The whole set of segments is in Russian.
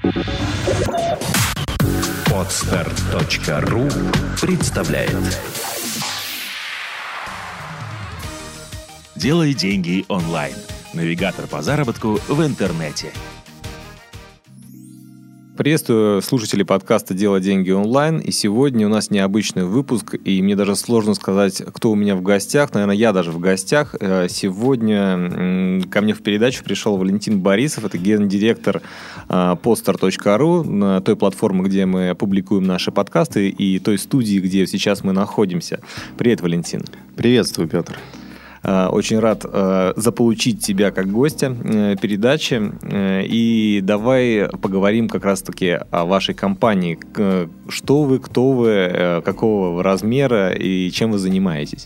Podster.ru представляет. Делай деньги онлайн. Навигатор по заработку в интернете. Приветствую слушателей подкаста «Делай деньги онлайн». И сегодня у нас необычный выпуск, и мне даже сложно сказать, кто у меня в гостях. Наверное, я даже в гостях. Сегодня ко мне в передачу пришел Валентин Борисов. Это гендиректор Podster.ru, той платформы, где мы публикуем наши подкасты, и той студии, где сейчас мы находимся. Привет, Валентин. Приветствую, Петр. Очень рад заполучить тебя как гостя передачи. И давай поговорим как раз-таки о вашей компании. Что вы, кто вы, какого размера и чем вы занимаетесь?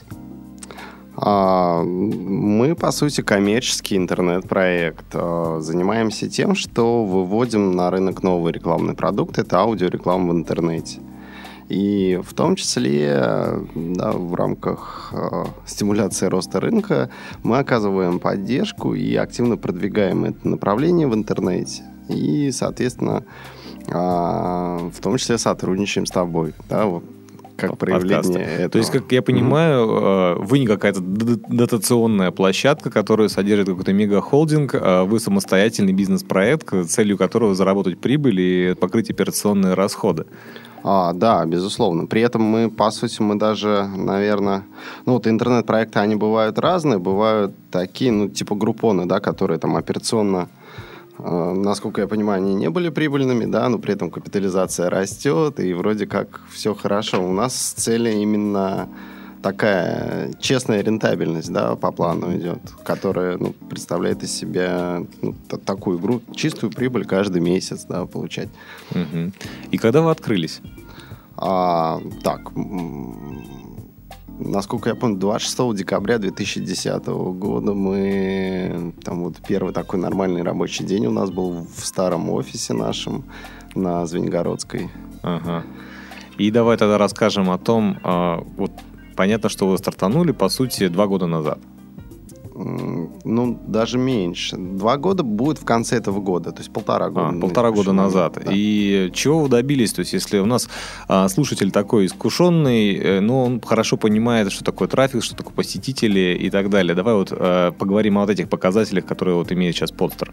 Мы, по сути, коммерческий интернет-проект. Занимаемся тем, что выводим на рынок новый рекламный продукт. Это аудиореклама в интернете. И в том числе, да, в рамках стимуляции роста рынка мы оказываем поддержку и активно продвигаем это направление в интернете. И, соответственно, в том числе сотрудничаем с тобой. Да, вот, как проявление этого. То есть, как я понимаю, вы не какая-то дотационная площадка, которая содержит какой-то мега-холдинг, вы самостоятельный бизнес-проект, целью которого заработать прибыль и покрыть операционные расходы. Да, безусловно. При этом мы, по сути, мы даже, наверное... вот интернет-проекты, они бывают разные. Бывают такие, типа группоны, да, которые там операционно, насколько я понимаю, они не были прибыльными, да, но при этом капитализация растет, и вроде как все хорошо. У нас цель именно такая честная рентабельность, да, по плану идет, которая представляет из себя такую игру, чистую прибыль каждый месяц, да, получать. Угу. И когда вы открылись? Насколько я помню, 26 декабря 2010 года мы... первый такой нормальный рабочий день у нас был в старом офисе нашем на Звенигородской. Ага. И давай тогда расскажем о том... Понятно, что вы стартанули, по сути, 2 года назад. Даже меньше. 2 года будет в конце этого года, то есть 1,5 года. 1,5 года назад. Да. И чего вы добились? То есть, если у нас слушатель такой искушенный, но он хорошо понимает, что такое трафик, что такое посетители и так далее. Давай поговорим о этих показателях, которые имеет сейчас Podster.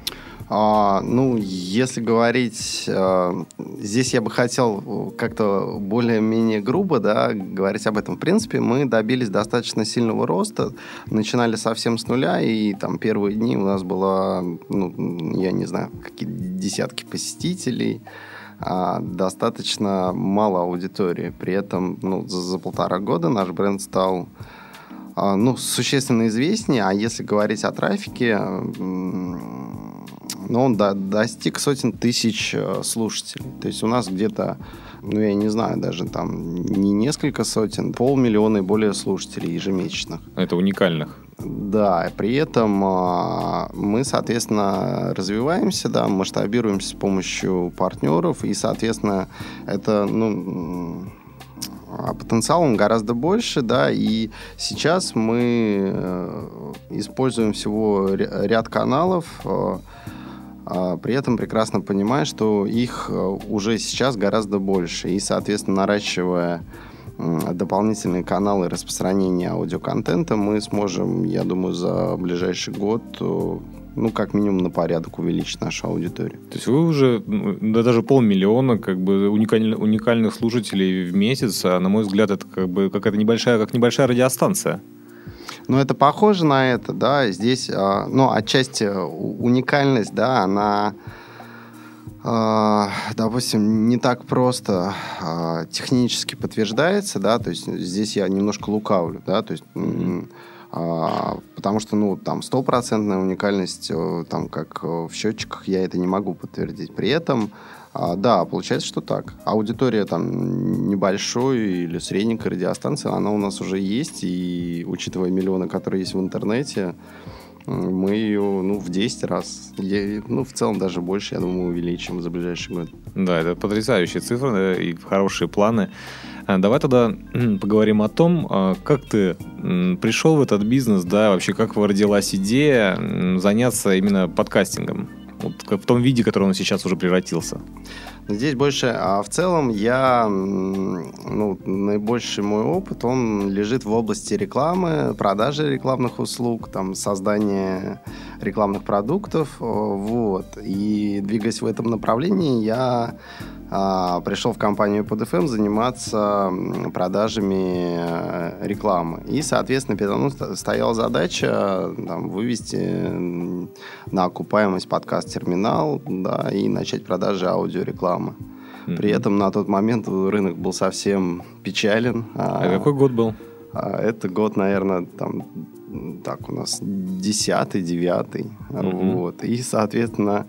Если говорить... Здесь я бы хотел как-то более-менее грубо, да, говорить об этом. В принципе, мы добились достаточно сильного роста. Начинали совсем с нуля, и первые дни у нас было, я не знаю, какие-то десятки посетителей, достаточно мало аудитории. При этом за 1,5 года наш бренд стал существенно известнее. А если говорить о трафике... он достиг сотен тысяч слушателей. То есть у нас где-то, я не знаю, даже не несколько сотен, 500 000 и более слушателей ежемесячных. Это уникальных. Да, при этом мы, соответственно, развиваемся, да, масштабируемся с помощью партнеров, и, соответственно, это, потенциалом гораздо больше, да, и сейчас мы используем всего ряд каналов, при этом прекрасно понимая, что их уже сейчас гораздо больше. И, соответственно, наращивая дополнительные каналы распространения аудиоконтента, мы сможем, я думаю, за ближайший год, как минимум на порядок увеличить нашу аудиторию. То есть вы уже, даже 500 000 уникальных слушателей в месяц, на мой взгляд, это какая-то небольшая радиостанция. Это похоже на это, да, здесь, отчасти уникальность, да, она, допустим, не так просто технически подтверждается, да, то есть здесь я немножко лукавлю, да, то есть, потому что, стопроцентная уникальность, как в счетчиках, я это не могу подтвердить. При этом, да, получается, что так. Аудитория небольшой или средненькой радиостанции, она у нас уже есть, и учитывая миллионы, которые есть в интернете, мы ее в 10 раз, в целом даже больше, я думаю, увеличим за ближайший год. Да, это потрясающие цифры и хорошие планы. Давай тогда поговорим о том, как ты пришел в этот бизнес, да, вообще как родилась идея заняться именно подкастингом. Вот в том виде, в который он сейчас уже превратился? Здесь больше, в целом наибольший мой опыт, он лежит в области рекламы, продажи рекламных услуг, там, создания рекламных продуктов, вот. И двигаясь в этом направлении, я пришел в компанию PodFM заниматься продажами рекламы. И, соответственно, передо мной стояла задача вывести на окупаемость подкаст-терминал, да, и начать продажи аудиорекламы. При этом на тот момент рынок был совсем печален. А какой год был? Это год, наверное, у нас 10-й, 9-й. Вот. И, соответственно,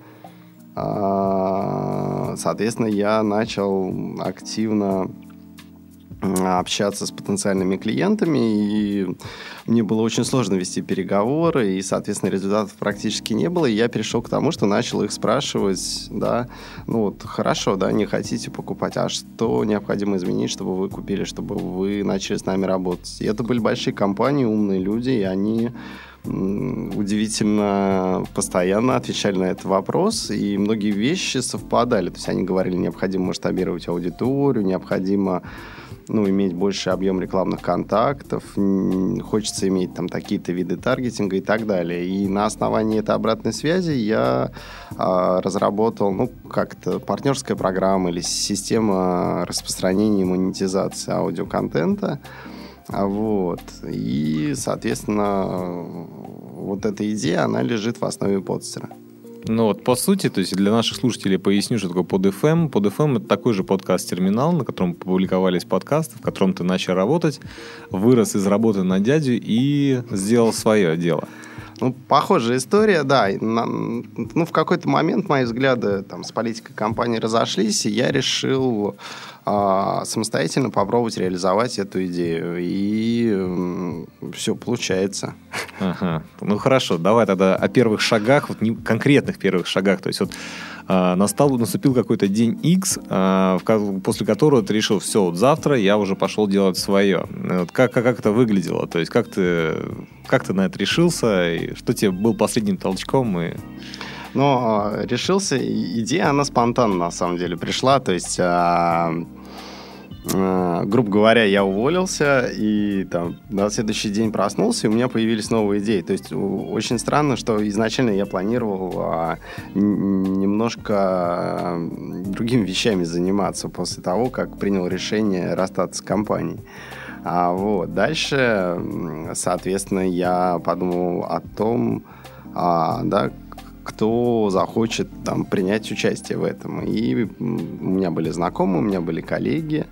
я начал активно общаться с потенциальными клиентами, и мне было очень сложно вести переговоры, и, соответственно, результатов практически не было, и я перешел к тому, что начал их спрашивать, да, хорошо, да, не хотите покупать, а что необходимо изменить, чтобы вы купили, чтобы вы начали с нами работать. И это были большие компании, умные люди, и они удивительно постоянно отвечали на этот вопрос, и многие вещи совпадали. То есть они говорили, необходимо масштабировать аудиторию, необходимо иметь больший объем рекламных контактов, хочется иметь там такие-то виды таргетинга и так далее. И на основании этой обратной связи я разработал как-то партнерская программа или система распространения и монетизации аудиоконтента. Вот. И, соответственно, вот эта идея, она лежит в основе подстера. По сути, то есть для наших слушателей поясню, что такое PodFM. PodFM — это такой же подкаст-терминал, на котором публиковались подкасты, в котором ты начал работать, вырос из работы на дядю и сделал свое дело. Похожая история, да. В какой-то момент мои взгляды с политикой компании разошлись, и я решил самостоятельно попробовать реализовать эту идею. И все получается. Ага. Хорошо, давай тогда о первых шагах, конкретных первых шагах. То есть наступил какой-то день X, после которого ты решил, все, завтра я уже пошел делать свое. Как это выглядело? То есть как ты на это решился? И что тебе был последним толчком? Решился, идея, она спонтанно на самом деле пришла. То есть, грубо говоря, я уволился и на следующий день проснулся, и у меня появились новые идеи. То есть очень странно, что изначально я планировал немножко другими вещами заниматься после того, как принял решение расстаться с компанией. Дальше, соответственно, я подумал о том, кто захочет принять участие в этом. И у меня были знакомые, у меня были коллеги.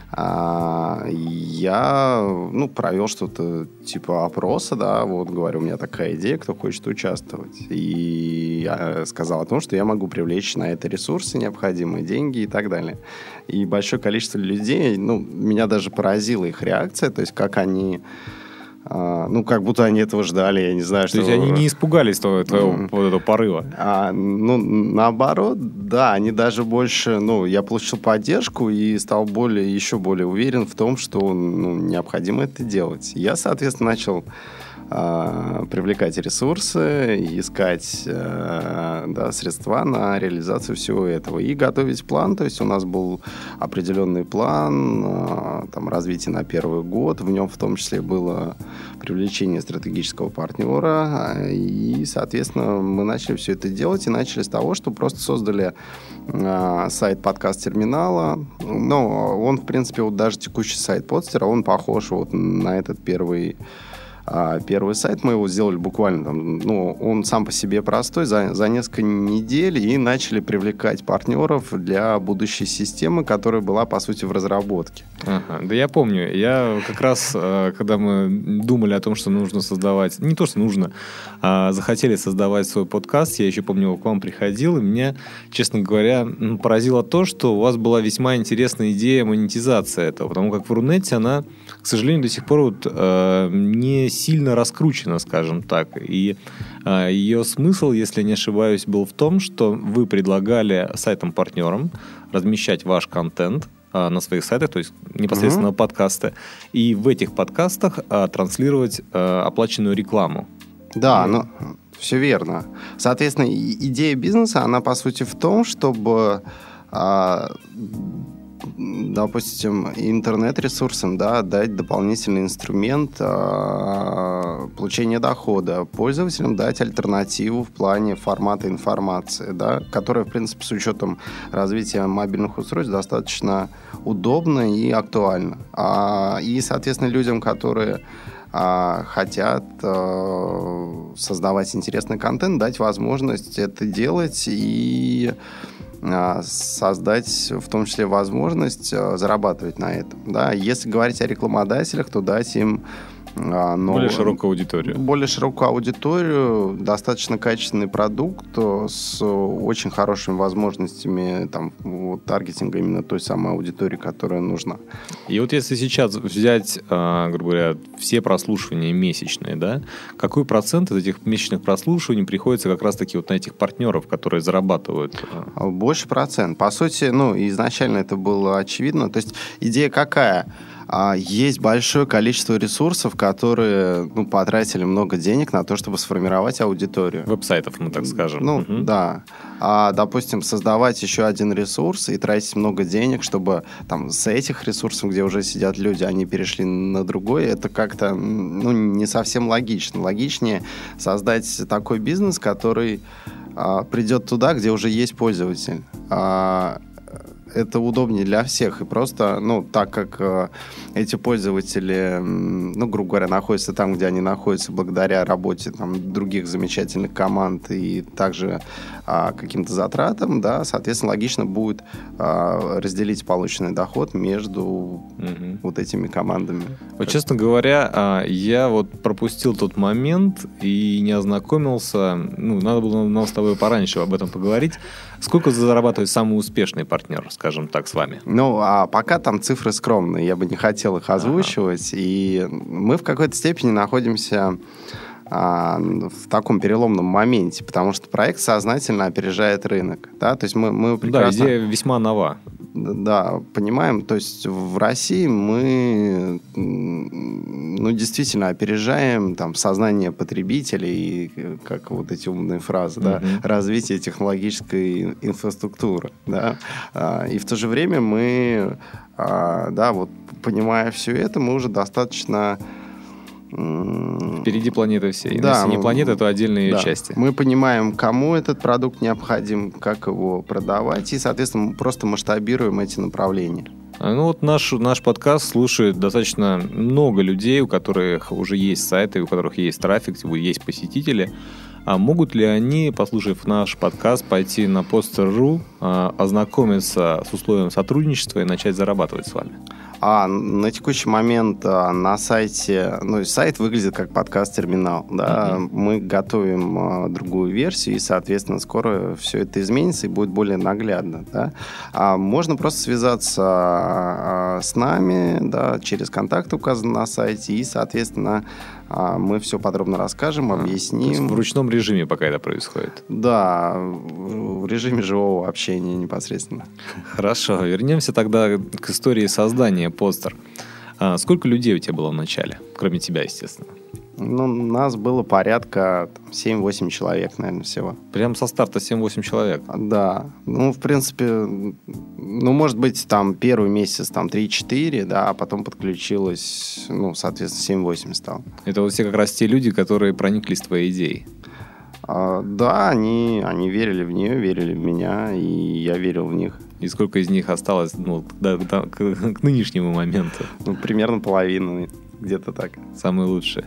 Я провел что-то типа опроса, да, говорю, у меня такая идея, кто хочет участвовать. И я сказал о том, что я могу привлечь на это ресурсы необходимые, деньги и так далее. И большое количество людей, меня даже поразила их реакция, то есть как они... как будто они этого ждали, я не знаю, что... То есть они не испугались твоего этого порыва? Наоборот, да, они даже больше... я получил поддержку и стал еще более уверен в том, что необходимо это делать. Я, соответственно, начал привлекать ресурсы, искать средства на реализацию всего этого и готовить план. То есть у нас был определенный план развития на первый год. В нем в том числе было привлечение стратегического партнера. И, соответственно, мы начали все это делать и начали с того, что просто создали сайт подкаст-терминала. Он, в принципе, даже текущий сайт Подстера, он похож на этот первый сайт. Мы его сделали буквально он сам по себе простой, за несколько недель, и начали привлекать партнеров для будущей системы, которая была, по сути, в разработке. Ага, да я помню. Я как раз, когда мы думали о том, что нужно создавать, не то, что нужно, захотели создавать свой подкаст, я еще помню, к вам приходил, и меня, честно говоря, поразило то, что у вас была весьма интересная идея монетизации этого, потому как в Рунете она, к сожалению, до сих пор не сильно раскручена, скажем так. И ее смысл, если не ошибаюсь, был в том, что вы предлагали сайтам-партнерам размещать ваш контент на своих сайтах, то есть непосредственно подкасты, и в этих подкастах транслировать оплаченную рекламу. Да, Все верно. Соответственно, идея бизнеса, она, по сути, в том, чтобы, допустим, интернет-ресурсам, да, дать дополнительный инструмент получения дохода, пользователям дать альтернативу в плане формата информации, да, которая, в принципе, с учетом развития мобильных устройств достаточно удобна и актуальна. И, соответственно, людям, которые хотят создавать интересный контент, дать возможность это делать и создать в том числе возможность зарабатывать на этом. Да? Если говорить о рекламодателях, то дать им более широкую аудиторию. Более широкую аудиторию, достаточно качественный продукт с очень хорошими возможностями там, вот, таргетинга именно той самой аудитории, которая нужна. И вот если сейчас взять, грубо говоря, все прослушивания месячные, да, какой процент из этих месячных прослушиваний приходится как раз-таки вот на этих партнеров, которые зарабатывают? Больше процент. По сути, изначально это было очевидно. То есть идея какая? Есть большое количество ресурсов, которые потратили много денег на то, чтобы сформировать аудиторию. Веб-сайтов, мы так скажем. Да. Допустим, создавать еще один ресурс и тратить много денег, чтобы там с этих ресурсов, где уже сидят люди, они перешли на другой, это как-то не совсем логично. Логичнее создать такой бизнес, который придет туда, где уже есть пользователь. Это удобнее для всех. И просто, так как эти пользователи, грубо говоря, находятся там, где они находятся, благодаря работе там, других замечательных команд и также каким-то затратам, да, соответственно, логично будет разделить полученный доход между вот этими командами. Вот, честно говоря, я вот пропустил тот момент и не ознакомился. Надо было нам с тобой пораньше об этом поговорить. Сколько зарабатывает самый успешный партнер, скажем так, с вами? Пока там цифры скромные, я бы не хотел их озвучивать. И мы в какой-то степени находимся в таком переломном моменте, потому что проект сознательно опережает рынок. Да? То есть мы прекрасно... Да, идея весьма нова. Да, понимаем. То есть в России мы действительно опережаем там, сознание потребителей, как вот эти умные фразы, да, развитие технологической инфраструктуры. Да? И в то же время мы, понимая все это, мы уже достаточно... Впереди планеты всей. Да, если не планета, то отдельные ее части. Мы понимаем, кому этот продукт необходим, как его продавать, и, соответственно, мы просто масштабируем эти направления. Наш подкаст слушает достаточно много людей, у которых уже есть сайты, у которых есть трафик, есть посетители. А могут ли они, послушав наш подкаст, пойти на Poster.ru, ознакомиться с условием сотрудничества и начать зарабатывать с вами? На текущий момент на сайте... сайт выглядит как подкаст-терминал. Да? Мы готовим другую версию, и, соответственно, скоро все это изменится и будет более наглядно. Да? Можно просто связаться с нами, да, через контакты, указанные на сайте, и, соответственно, мы все подробно расскажем, объясним. То есть в ручном режиме пока это происходит? Да, в режиме живого общения непосредственно. Хорошо, вернемся тогда к истории создания Poster. Сколько людей у тебя было в начале? Кроме тебя, естественно. Нас было порядка 7-8 человек, наверное, всего. Прям со старта 7-8 человек? Да. В принципе, может быть, там первый месяц там 3-4, да, а потом подключилось, соответственно, 7-8 стало. Это вот все как раз те люди, которые прониклись твоей идеей? Да, они верили в нее, верили в меня, и я верил в них. И сколько из них осталось к нынешнему моменту? Примерно половина, где-то так. Самые лучшие?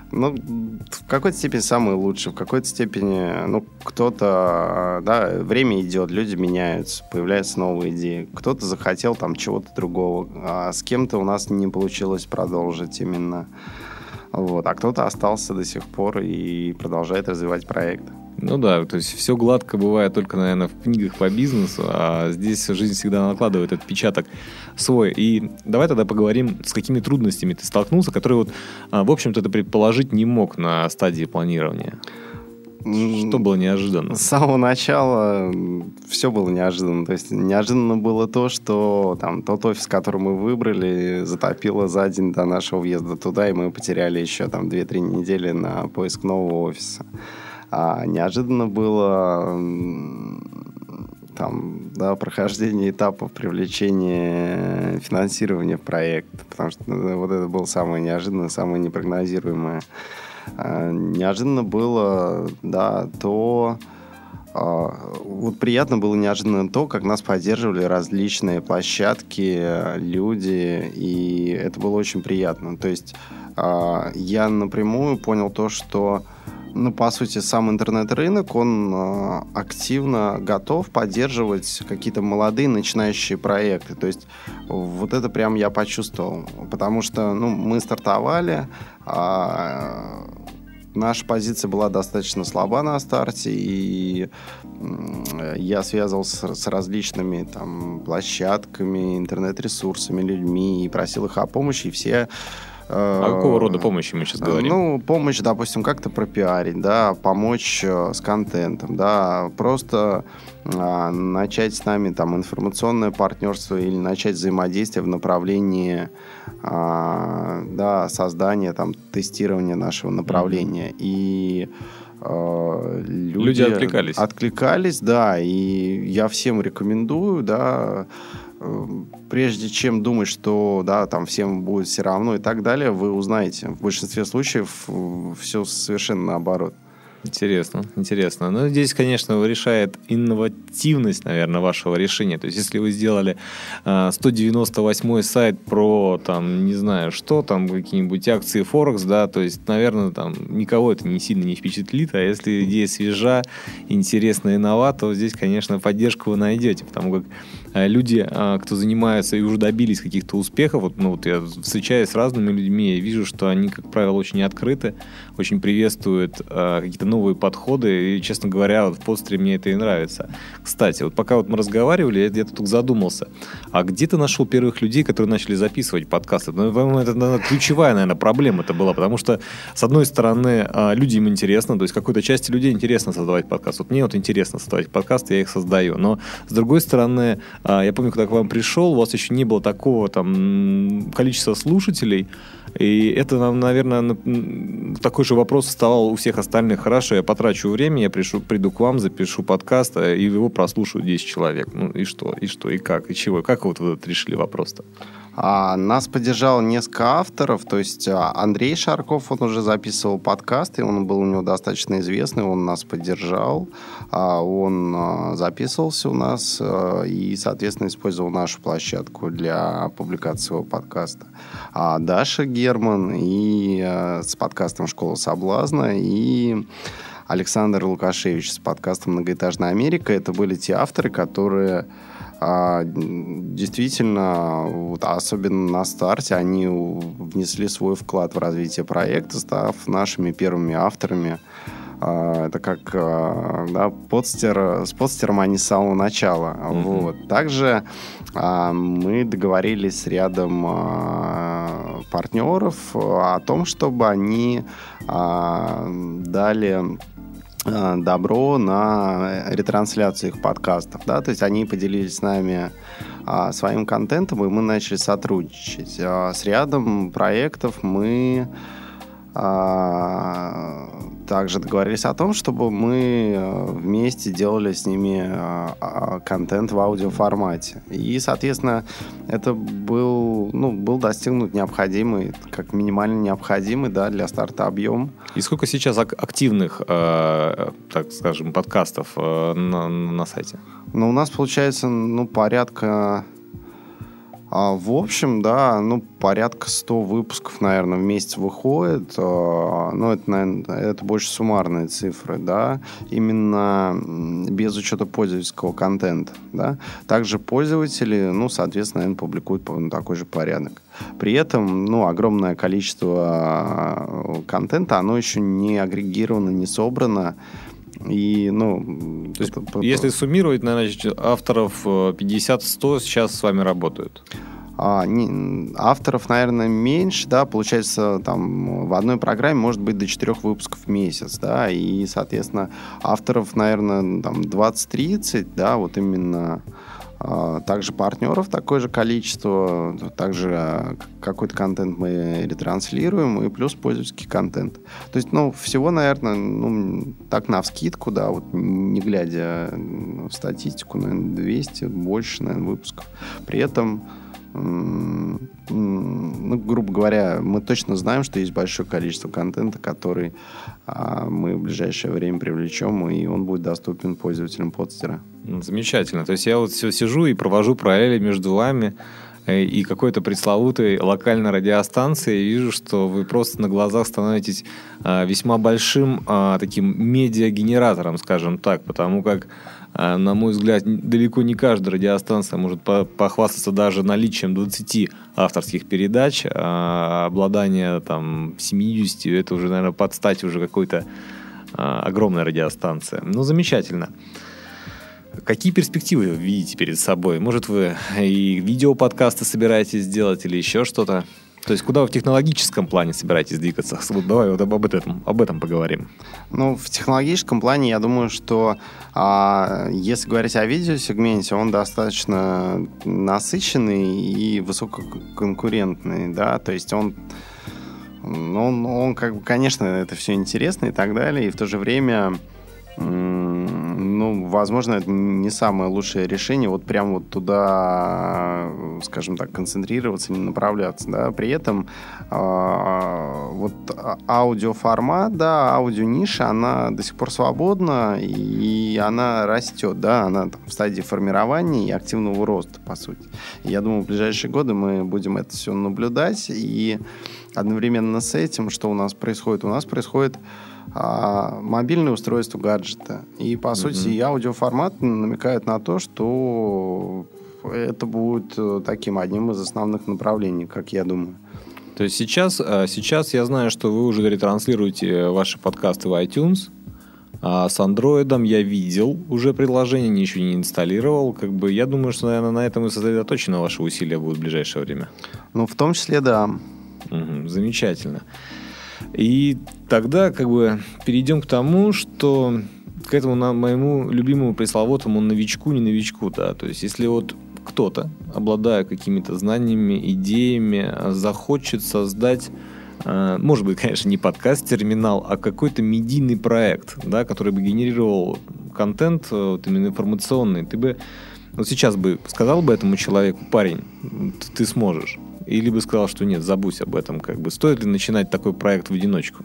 В какой-то степени самые лучшие, в какой-то степени, кто-то, да, время идет, люди меняются, появляются новые идеи. Кто-то захотел там чего-то другого, а с кем-то у нас не получилось продолжить именно. А кто-то остался до сих пор и продолжает развивать проект. То есть все гладко бывает только, наверное, в книгах по бизнесу, а здесь жизнь всегда накладывает отпечаток свой. И давай тогда поговорим, с какими трудностями ты столкнулся, которые, в общем-то, ты предположить не мог на стадии планирования. Что было неожиданно? С самого начала все было неожиданно. То есть неожиданно было то, что там тот офис, который мы выбрали, затопило за день до нашего въезда туда, и мы потеряли еще там 2-3 недели на поиск нового офиса. Неожиданно было прохождение этапов привлечения финансирования в проект, потому что вот это было самое неожиданное, самое непрогнозируемое. Неожиданно было, вот приятно было неожиданно то, как нас поддерживали различные площадки, люди, и это было очень приятно. То есть я напрямую понял то, что по сути, сам интернет-рынок, он активно готов поддерживать какие-то молодые начинающие проекты. То есть вот это прям я почувствовал. Потому что мы стартовали, наша позиция была достаточно слаба на старте, и я связывался с различными площадками, интернет-ресурсами, людьми и просил их о помощи, и все... какого рода помощи мы сейчас говорим? Помощь, допустим, как-то пропиарить, помочь с контентом, просто начать с нами информационное партнерство или начать взаимодействие в направлении создания, тестирования нашего направления. И люди откликались. Откликались, и я всем рекомендую, прежде чем думать, что всем будет все равно и так далее, вы узнаете. В большинстве случаев все совершенно наоборот. Интересно. Но здесь, конечно, решает инновативность, наверное, вашего решения. То есть, если вы сделали 198-й сайт про, не знаю, что, какие-нибудь акции Форекс, то есть, наверное, никого это не сильно не впечатлит, а если идея свежа, интересная и нова, то здесь, конечно, поддержку вы найдете, потому как люди, кто занимается и уже добились каких-то успехов, я встречаюсь с разными людьми, я вижу, что они, как правило, очень открыты, очень приветствуют какие-то новые подходы, и, честно говоря, в подстере мне это и нравится. Кстати, пока мы разговаривали, я тут задумался, а где ты нашел первых людей, которые начали записывать подкасты? Это ключевая, наверное, проблема это была, потому что, с одной стороны, людям интересно, то есть какой-то части людей интересно создавать подкаст. Мне интересно создавать подкасты, я их создаю, но, с другой стороны, я помню, когда к вам пришел, у вас еще не было такого количества слушателей, и это, наверное, такой же вопрос вставал у всех остальных. Хорошо, я потрачу время, я приду к вам, запишу подкаст, и его прослушают 10 человек. И что, и как, и чего? Как вы вот решили вопрос-то? Нас поддержало несколько авторов, то есть Андрей Шарков, он уже записывал подкаст, и он был у него достаточно известный, он нас поддержал, он записывался у нас и, соответственно, использовал нашу площадку для публикации своего подкаста. Даша Герман и с подкастом «Школа соблазна», и Александр Лукашевич с подкастом «Многоэтажная Америка». Это были те авторы, которые действительно, особенно на старте, они внесли свой вклад в развитие проекта, став нашими первыми авторами. Это как с подстером они с самого начала. Mm-hmm. Также мы договорились с рядом партнеров о том, чтобы они дали добро на ретрансляцию их подкастов. То есть они поделились с нами своим контентом, и мы начали сотрудничать. С рядом проектов мы также договорились о том, чтобы мы вместе делали с ними контент в аудиоформате. И, соответственно, это был достигнут необходимый, как минимально необходимый, для старта объем. И сколько сейчас активных, так скажем, подкастов на сайте? У нас получается, порядка... В общем, порядка 100 выпусков, наверное, в месяц выходит. Это больше суммарные цифры, именно без учета пользовательского контента, Также пользователи, соответственно, наверное, публикуют такой же порядок. При этом, огромное количество контента, оно еще не агрегировано, не собрано. И, то есть, если суммировать, наверное, авторов 50-100 сейчас с вами работают? Авторов, наверное, меньше, получается, в одной программе может быть до 4 выпусков в месяц, и, соответственно, авторов, наверное, 20-30, вот именно Также партнеров такое же количество, также какой-то контент мы ретранслируем, и плюс пользовательский контент. То есть, всего, наверное, так навскидку, да, вот не глядя в статистику, наверное, 200, больше, наверное, выпусков. При этом, грубо говоря, мы точно знаем, что есть большое количество контента, который мы в ближайшее время привлечем, и он будет доступен пользователям подстера. Замечательно. То есть я вот все сижу и провожу параллели между вами и какой-то пресловутой локальной радиостанцией, и вижу, что вы просто на глазах становитесь весьма большим таким медиагенератором, скажем так, потому как, на мой взгляд, далеко не каждая радиостанция может похвастаться даже наличием 20 авторских передач, обладание там 70, это уже, наверное, под стать уже какой-то огромной радиостанции. Замечательно. Какие перспективы вы видите перед собой? Может, вы и видеоподкасты собираетесь сделать или еще что-то? То есть, куда вы в технологическом плане собираетесь двигаться? Вот давай вот об этом поговорим. В технологическом плане, я думаю, что если говорить о видеосегменте, он достаточно насыщенный и высококонкурентный, да, то есть он как бы, конечно, это все интересно и так далее, и в то же время возможно, это не самое лучшее решение вот прям вот туда, скажем так, концентрироваться, не направляться, да. При этом вот аудиоформат, да, аудиониша, она до сих пор свободна, и она растет, да, она там в стадии формирования и активного роста, по сути. И я думаю, в ближайшие годы мы будем это все наблюдать, и одновременно с этим, что у нас происходит? У нас происходит мобильное устройство гаджета. И, по сути, и аудиоформат намекает на то, что это будет таким одним из основных направлений, как я думаю. То есть сейчас я знаю, что вы уже ретранслируете ваши подкасты в iTunes, а с Android я видел уже приложение, еще не инсталлировал. Как бы я думаю, что, наверное, на этом и сосредоточены ваши усилия будут в ближайшее время. В том числе, да. Замечательно. И тогда как бы перейдем к тому, что к этому моему любимому пресловутому новичку, не новичку, да. То есть если вот кто-то, обладая какими-то знаниями, идеями, захочет создать, может быть, конечно, не подкаст-терминал, а какой-то медийный проект, да, который бы генерировал контент вот именно информационный, ты бы вот сейчас бы сказал бы этому человеку: парень, ты сможешь? Или бы сказал, что нет, забудь об этом, как бы. Стоит ли начинать такой проект в одиночку?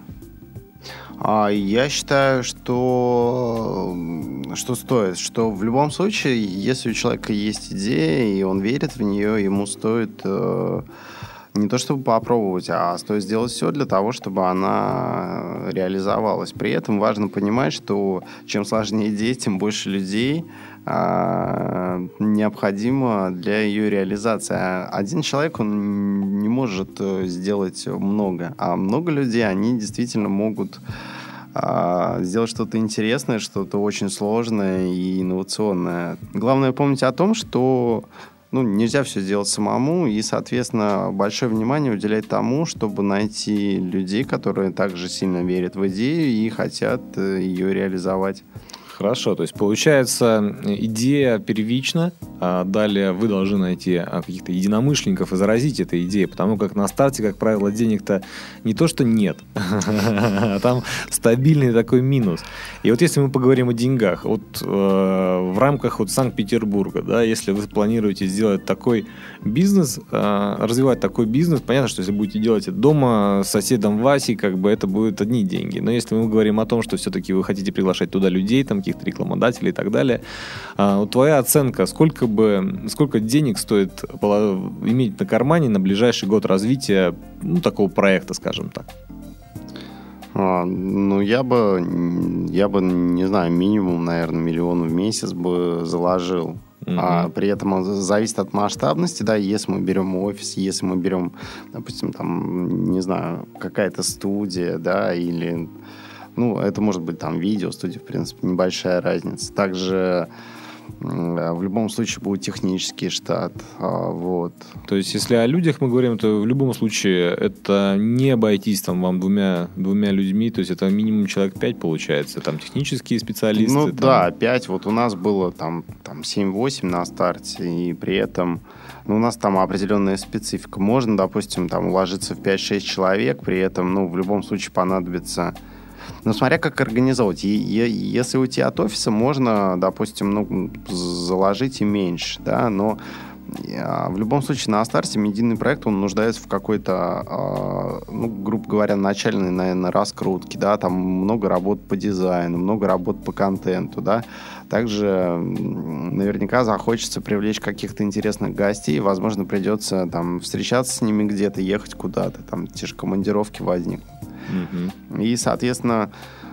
Я считаю, что стоит. Что в любом случае, если у человека есть идея, и он верит в нее, ему стоит не то чтобы попробовать, а стоит сделать все для того, чтобы она реализовалась. При этом важно понимать, что чем сложнее идея, тем больше людей необходимо для ее реализации. Один человек, он не может сделать много, а много людей, они действительно могут сделать что-то интересное, что-то очень сложное и инновационное. Главное помнить о том, что нельзя все сделать самому, и, соответственно, большое внимание уделять тому, чтобы найти людей, которые также сильно верят в идею и хотят ее реализовать. Хорошо, то есть получается, идея первична, а далее вы должны найти каких-то единомышленников и заразить этой идеей, потому как на старте, как правило, денег-то не то, что нет, а там стабильный такой минус. И вот если мы поговорим о деньгах, вот в рамках вот Санкт-Петербурга, да, если вы планируете сделать такой бизнес, развивать такой бизнес, понятно, что если будете делать это дома с соседом Васей, как бы это будут одни деньги. Но если мы говорим о том, что все-таки вы хотите приглашать туда людей, там каких-то рекламодателей и так далее, вот твоя оценка, сколько денег стоит иметь на кармане на ближайший год развития такого проекта, скажем так? Я бы, не знаю, минимум, наверное, 1 миллион в месяц бы заложил. При этом зависит от масштабности, да, если мы берем офис, если мы берем, допустим, там, не знаю, какая-то студия, да, или, это может быть там видеостудия, в принципе, небольшая разница. Также В любом случае будет технический штат. Вот. То есть, если о людях мы говорим, то в любом случае это не обойтись там вам двумя людьми, то есть это минимум человек 5 получается, там технические специалисты. Ну там... да, 5. Вот у нас было там 7-8 на старте, и при этом у нас там определенная специфика. Можно, допустим, там уложиться в 5-6 человек, при этом, в любом случае понадобится... смотря как организовать. Если уйти от офиса, можно, допустим, заложить и меньше, да, но в любом случае на старте медийный проект, он нуждается в какой-то, грубо говоря, начальной, наверное, раскрутке, да, там много работ по дизайну, много работ по контенту, да. Также наверняка захочется привлечь каких-то интересных гостей, возможно, придется там встречаться с ними где-то, ехать куда-то, там те же командировки возникнут. И, соответственно,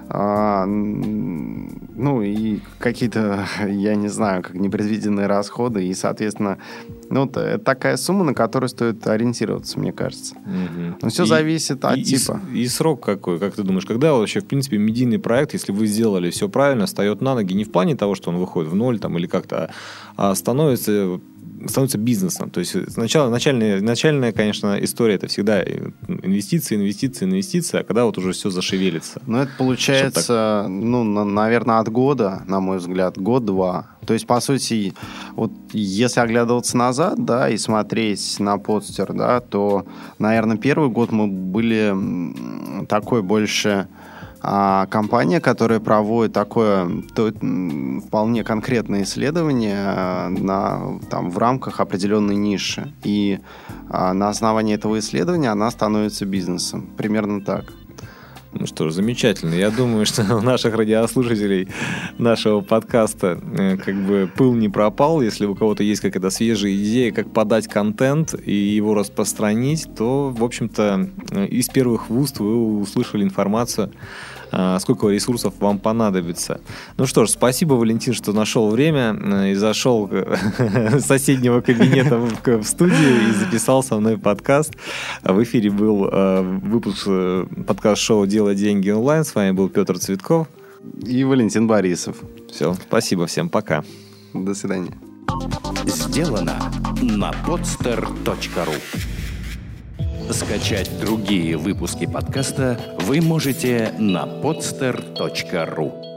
и какие-то, я не знаю, как непредвиденные расходы, и, соответственно, это такая сумма, на которую стоит ориентироваться, мне кажется. Но все зависит от типа. И срок какой, как ты думаешь, когда вообще, в принципе, медийный проект, если вы сделали все правильно, встает на ноги не в плане того, что он выходит в ноль там, или как-то, а становится бизнесом. То есть начальная, конечно, история это всегда инвестиции, а когда вот уже все зашевелится. Это получается, наверное, от года, на мой взгляд, год-два. То есть, по сути, вот если оглядываться назад, да, и смотреть на Podster, да, то, наверное, первый год мы были такой больше... компания, которая проводит такое вполне конкретное исследование в рамках определенной ниши. И на основании этого исследования она становится бизнесом. Примерно так. Ну что ж, замечательно. Я думаю, что у наших радиослушателей нашего подкаста пыл не пропал. Если у кого-то есть какая-то свежая идея, как подать контент и его распространить, то, в общем-то, из первых уст вы услышали информацию, сколько ресурсов вам понадобится. Ну что ж, спасибо, Валентин, что нашел время и зашел с соседнего кабинета в студию и записал со мной подкаст. В эфире был выпуск подкаст-шоу «Дело, деньги онлайн». С вами был Петр Цветков и Валентин Борисов. Все, спасибо всем, пока. До свидания. Сделано на podster.ru. Скачать другие выпуски подкаста вы можете на podster.ru.